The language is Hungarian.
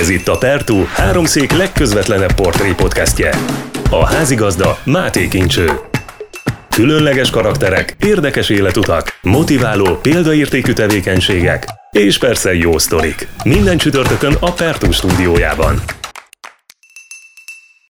Ez itt a Pertú, háromszék legközvetlenebb portré-podcastje. A házigazda Máté Kincső. Különleges karakterek, érdekes életutak, motiváló, példaértékű tevékenységek, és persze jó sztorik. Minden csütörtökön a Pertú stúdiójában.